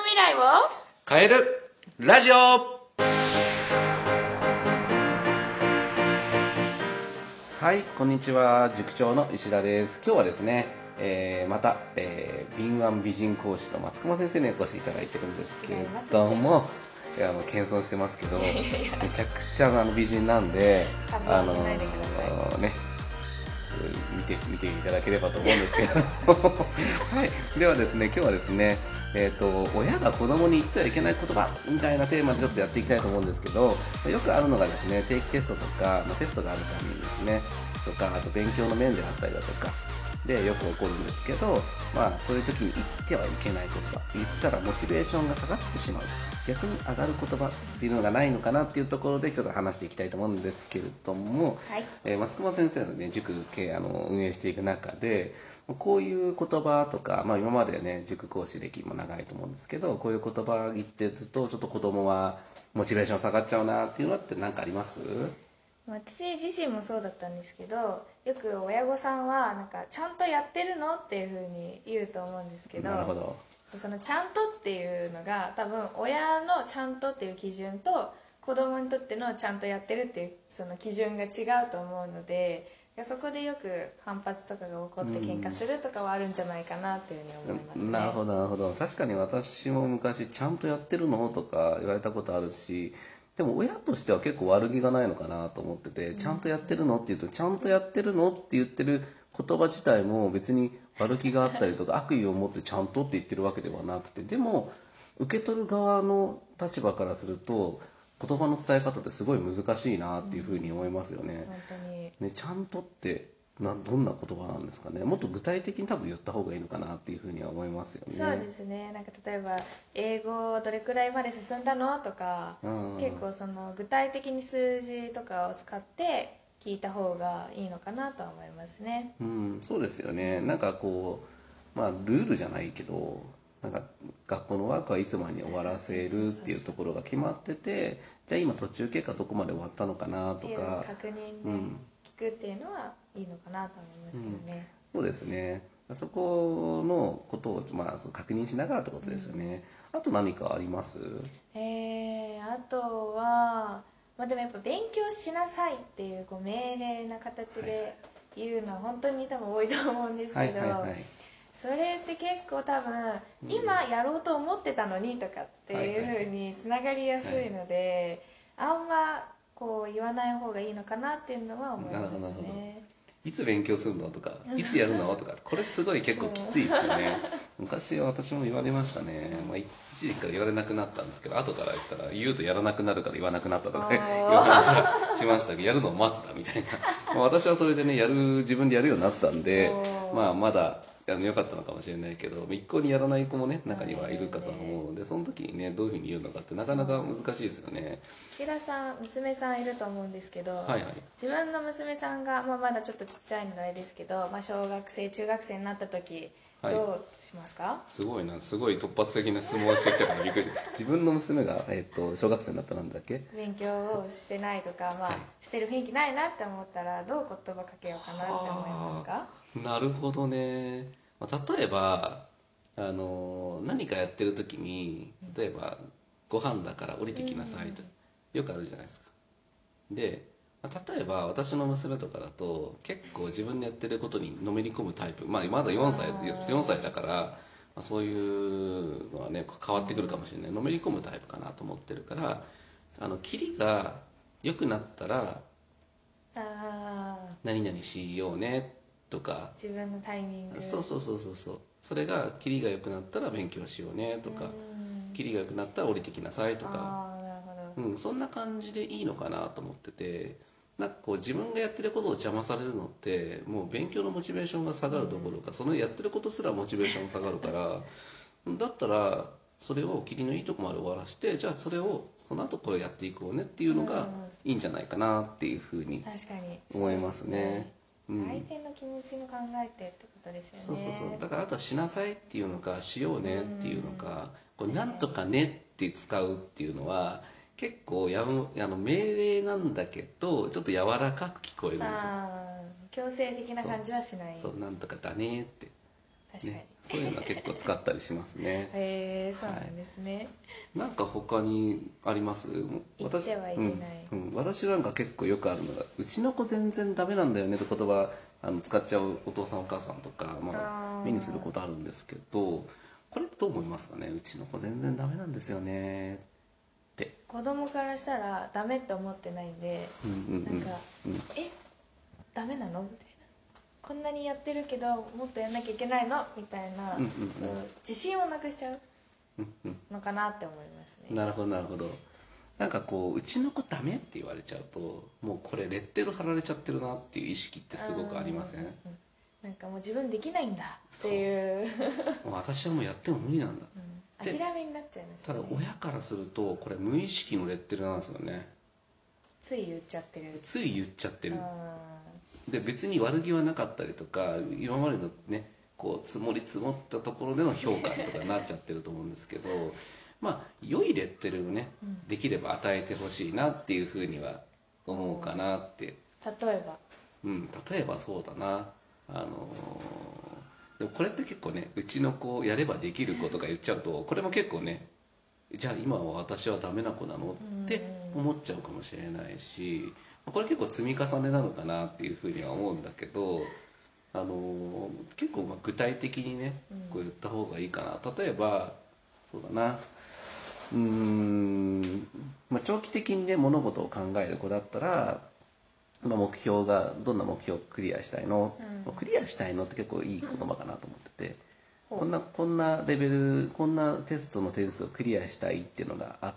未来を変えるラジオ。はい、こんにちは。塾長の石田です。今日はですね、また、敏腕美人講師の松隈先生にお越しいただいてるんですけれども、謙遜してますけど、めちゃくちゃ美人なんで、ね、見ていただければと思うんですけどはい、ではですね、今日はですね、親が子供に言ってはいけない言葉みたいなテーマでちょっとやっていきたいと思うんですけど、よくあるのがですね、定期テストとか、テストがあるためにですねとか、あと勉強の面であったりだとかでよく起こるんですけど、そういう時に言ってはいけない言葉、言ったらモチベーションが下がってしまう、逆に上がる言葉っていうのがないのかなっていうところでちょっと話していきたいと思うんですけれども、 はい、 松隈先生のね、塾系運営していく中で、こういう言葉とか、今までね、塾講師歴も長いと思うんですけど、こういう言葉言ってるとちょっと子供はモチベーション下がっちゃうなっていうのって何かあります？ 私自身もそうだったんですけど、よく親御さんはなんかちゃんとやってるのっていう風に言うと思うんですけど、 なるほど。 そのちゃんとっていうのが多分親のちゃんとっていう基準と子供にとってのちゃんとやってるっていうその基準が違うと思うので、そこでよく反発とかが起こって喧嘩するとかはあるんじゃないかなっていうふうに思いますね。 なるほどなるほど。確かに私も昔ちゃんとやってるのとか言われたことあるし、でも親としては結構悪気がないのかなと思ってて、ちゃんとやってるのって言うと、ちゃんとやってるのって言ってる言葉自体も別に悪気があったりとか悪意を持ってちゃんとって言ってるわけではなくて、でも受け取る側の立場からすると言葉の伝え方ってすごい難しいなっていうふうに思いますよね。 本当にね、ちゃんとってどんな言葉なんですかね。もっと具体的に多分言った方がいいのかなっていうふうには思いますよね。 そうですね。なんか例えば英語どれくらいまで進んだのとか、結構その具体的に数字とかを使って聞いた方がいいのかなとは思いますね。 そうですよね。なんかこう、ルールじゃないけど、なんか学校のワークはいつまでに終わらせるっていうところが決まってて、じゃあ今途中経過どこまで終わったのかなとか、 確認ね、聞くっていうのはいいのかなと思いますけどね。 そうですね。そこのことを、そう確認しながらってことですよね。あと何かあります？ あとは、でもやっぱ勉強しなさいっていう命令な形で言うのは本当に多分多いと思うんですけど、それって結構多分、今やろうと思ってたのにとかっていう風につながりやすいので、あんまこう言わない方がいいのかなっていうのは思いますね。 いつ勉強するのとか、いつやるのとか、これすごい結構きついですよね。昔は私も言われましたね。一時から言われなくなったんですけど、後から言ったら言うとやらなくなるから言わなくなったとかいう話はしましたけど、やるのを待つだみたいな。私はそれでね、自分でやるようになったんで、まだ良かったのかもしれないけど、一向にやらない子もね、中にはいるかと思うので、その時にね、どういうふうに言うのかってなかなか難しいですよね。 石田さん、娘さんいると思うんですけど、自分の娘さんが、まだちょっとちっちゃいのであれですけど、小学生、中学生になった時、どうしますか？ すごい突発的な質問をしてきたからびっくりした。自分の娘が、小学生になったらなんだっけ？ 勉強をしてないとか、してる雰囲気ないなって思ったら、どう言葉かけようかなって思いますか？ なるほどね。例えば、何かやってる時に、例えば、ご飯だから降りてきなさいと、よくあるじゃないですか。で、例えば私の娘とかだと結構自分でやってることにのめり込むタイプ、まだ4歳だから、そういうのはね変わってくるかもしれない。のめり込むタイプかなと思ってるから、キリが良くなったら何々しようねとか、 自分のタイミング、 そうそれがキリが良くなったら勉強しようねとか、キリが良くなったら降りてきなさいとか、そんな感じでいいのかなと思ってて、なんかこう自分がやってることを邪魔されるのってもう勉強のモチベーションが下がるどころか、そのやってることすらモチベーションが下がるから、だったらそれを霧のいいとこまで終わらして、じゃあそれをその後これやっていこうねっていうのがいいんじゃないかなっていうふうに思いますね。 相手の気持ちの考えてってことですよね。 そうだから、あとはしなさいっていうのかしようねっていうのか、これなんとかねって使うっていうのは結構命令なんだけどちょっと柔らかく聞こえるんですよ。 強制的な感じはしない。 なんとかだねって、 確かに、 そういうのは結構使ったりしますね。 そうなんですね。 他にあります？ 言ってはいけない、 私なんか結構よくあるのが、うちの子全然ダメなんだよねって言葉使っちゃうお父さんお母さんとか、目にすることあるんですけど、これどう思いますかね？うちの子全然ダメなんですよねって。 子供からしたらダメって思ってないんで、なんか、ダメなのみたいな、こんなにやってるけどもっとやんなきゃいけないのみたいな、自信をなくしちゃうのかなって思いますね。 なるほどなるほど。なんかこう、うちの子ダメって言われちゃうと、もうこれレッテル貼られちゃってるなっていう意識ってすごくありません？ なんかもう自分できないんだっていうもう私はもうやっても無理なんだ、 諦めになっちゃいますよね。ただ親からするとこれ無意識のレッテルなんですよね。 つい言っちゃってる。 で、別に悪気はなかったりとか、今までのね、こう積もり積もったところでの評価とかになっちゃってると思うんですけど、良いレッテルをね、できれば与えてほしいなっていうふうには思うかなって。例えばそうだな、でもこれって結構ね、うちの子やればできる子とか言っちゃうと、これも結構ね、じゃあ今は私はダメな子なのって思っちゃうかもしれないし、これ結構積み重ねなのかなっていうふうには思うんだけど、結構具体的にね、こう言った方がいいかな。例えばそうだな、長期的にね物事を考える子だったら、目標がどんな目標をクリアしたいの、クリアしたいのって結構いい言葉かなと思ってて、こんなレベル、こんなテストの点数をクリアしたいっていうのがあって、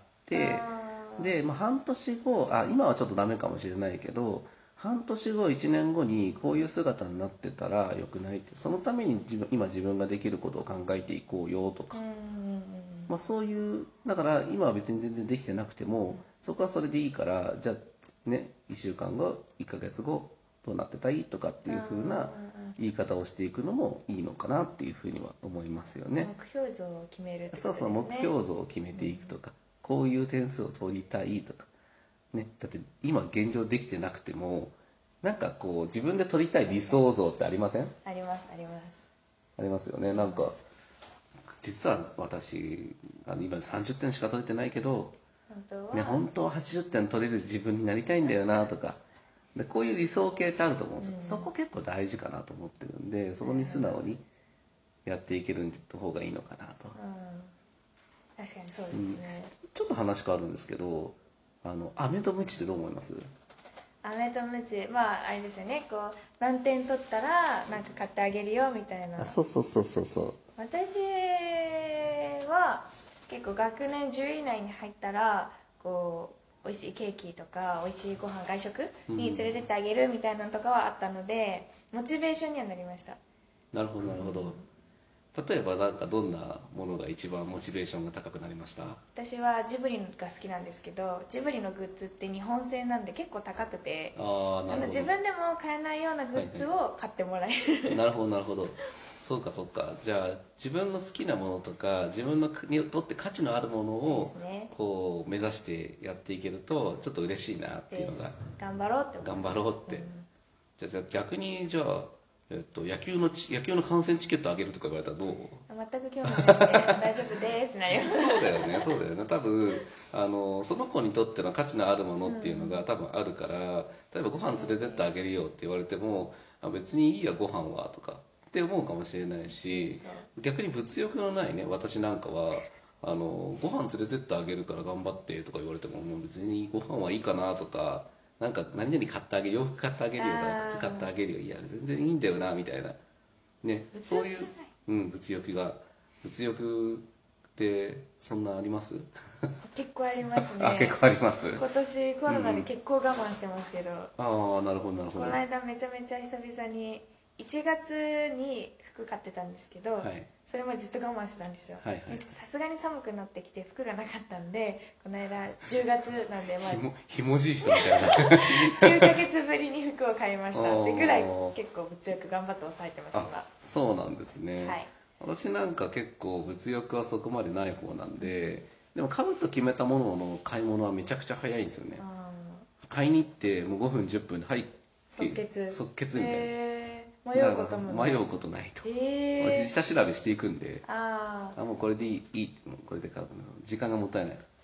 で、半年後、今はちょっとダメかもしれないけど、半年後1年後にこういう姿になってたら良くないって、そのために今自分ができることを考えていこうよとか、そういう、だから今は別に全然できてなくても、そこはそれでいいから、じゃあね、1週間後1ヶ月後どうなってたいとかっていう風な言い方をしていくのもいいのかなっていうふうには思いますよね。 目標像を決めるってことですね。 目標像を決めていくとか、こういう点数を取りたいとかね。だって今現状できてなくても、なんかこう自分で取りたい理想像ってありません？ ありますありますよね。なんか実は私今30点しか取れてないけど、本当は80点取れる自分になりたいんだよなとか、でこういう理想形ってあると思うんですよ。そこ結構大事かなと思ってるんで、そこに素直にやっていける方がいいのかなと。 確かにそうですね。 ちょっと話変わるんですけど、飴とムチってどう思います？ 飴とムチ、あれですよね、こう何点取ったらなんか買ってあげるよみたいな。 そう。 私は結構学年10位以内に入ったらこう美味しいケーキとか美味しいご飯、外食に連れてってあげるみたいなのとかはあったので、モチベーションにはなりました。 なるほど。例えばなんかどんなものが一番モチベーションが高くなりました？ 私はジブリが好きなんですけど、ジブリのグッズって日本製なんで結構高くて、自分でも買えないようなグッズを買ってもらえる。 なるほど。そうか。じゃあ自分の好きなものとか自分にとって価値のあるものをこう目指してやっていけるとちょっと嬉しいなっていうのが、 頑張ろうって。 じゃあ逆に野球の観戦チケットあげるとか言われたらどう？ 全く興味ないんで大丈夫ですなよ。 そうだよね。多分その子にとっての価値のあるものっていうのが多分あるから、例えばご飯連れてってあげるよって言われても、別にいいやご飯はとかって思うかもしれないし、逆に物欲のないね私なんかはご飯連れてってあげるから頑張ってとか言われても、もう別にご飯はいいかなとか、なんか何々買ってあげる、洋服買ってあげるよとか靴買ってあげるよ、いや全然いいんだよなみたいなね、そういう物欲ってそんなあります？ 結構ありますね。 結構あります。 今年コロナで結構我慢してますけど、 なるほど。 この間めちゃめちゃ久々に1月に服買ってたんですけど、それまでずっと我慢してたんですよ。ちょっとさすがに寒くなってきて服がなかったんで、この間10月なんでひもじい人みたいな 9ヶ月ぶりに服を買いましたってぐらい結構物欲頑張って抑えてます今。 そうなんですね。私なんか結構物欲はそこまでない方なんで、でも買うと決めたものの買い物はめちゃくちゃ早いんですよね。買いに行ってもう5分10分ではい即決みたいな。迷うことないと。下調べしていくんで、もうこれでいい、これで買う。時間がもったいない。 じゃあ1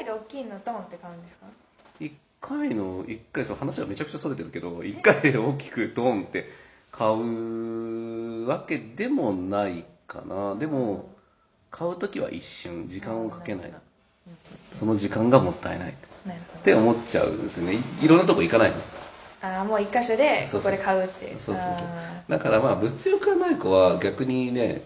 で大きいのドンって買うんですか ？1回話はめちゃくちゃそれてるけど、1回で大きくドンって買うわけでもないかな。でも買うときは一瞬時間をかけない、その時間がもったいないって思っちゃうんですよね。いろんなとこ行かないですよ。 もう一箇所でここで買うって。 そうだからまあ物欲がない子は逆にね、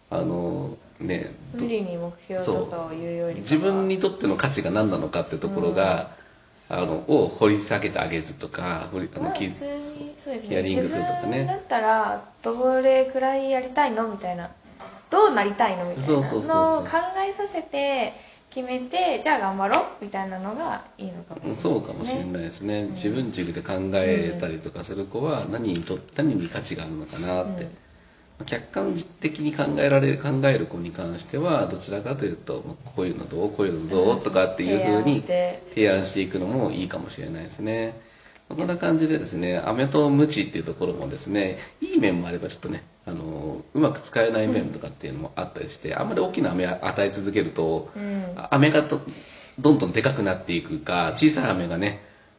無理に目標とかを言うより自分にとっての価値が何なのかってところが、を掘り下げてあげるとか、 普通にそうですね、 ヒアリングするとかね。 自分だったらどれくらいやりたいのみたいな、どうなりたいのみたいなのを考えさせて決めて、じゃあ頑張ろうみたいなのがいいのかもしれないですね。 そうかもしれないですね。自分軸で考えたりとかする子は何に価値があるのかなって、客観的に考える子に関してはどちらかというと、こういうのどうこういうのどうとかっていう風に提案していくのもいいかもしれないですね。こんな感じでですね、飴とムチっていうところもですね、いい面もあればちょっとね、うまく使えない面とかっていうのもあったりして、あんまり大きな飴与え続けると、飴がどんどんでかくなっていくか、小さい飴がね、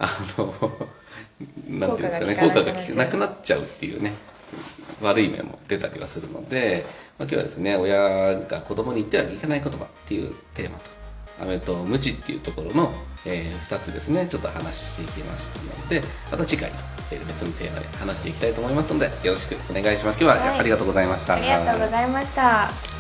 なんていうんですかね、効果がなくなっちゃうっていうね、悪い面も出たりはするので、今日はですね、親が子供に言ってはいけない言葉っていうテーマと、飴とムチっていうところの、2つですね、ちょっと話していきましたので、また次回、別のテーマで話していきたいと思いますので、よろしくお願いします。今日はありがとうございました。 ありがとうございました。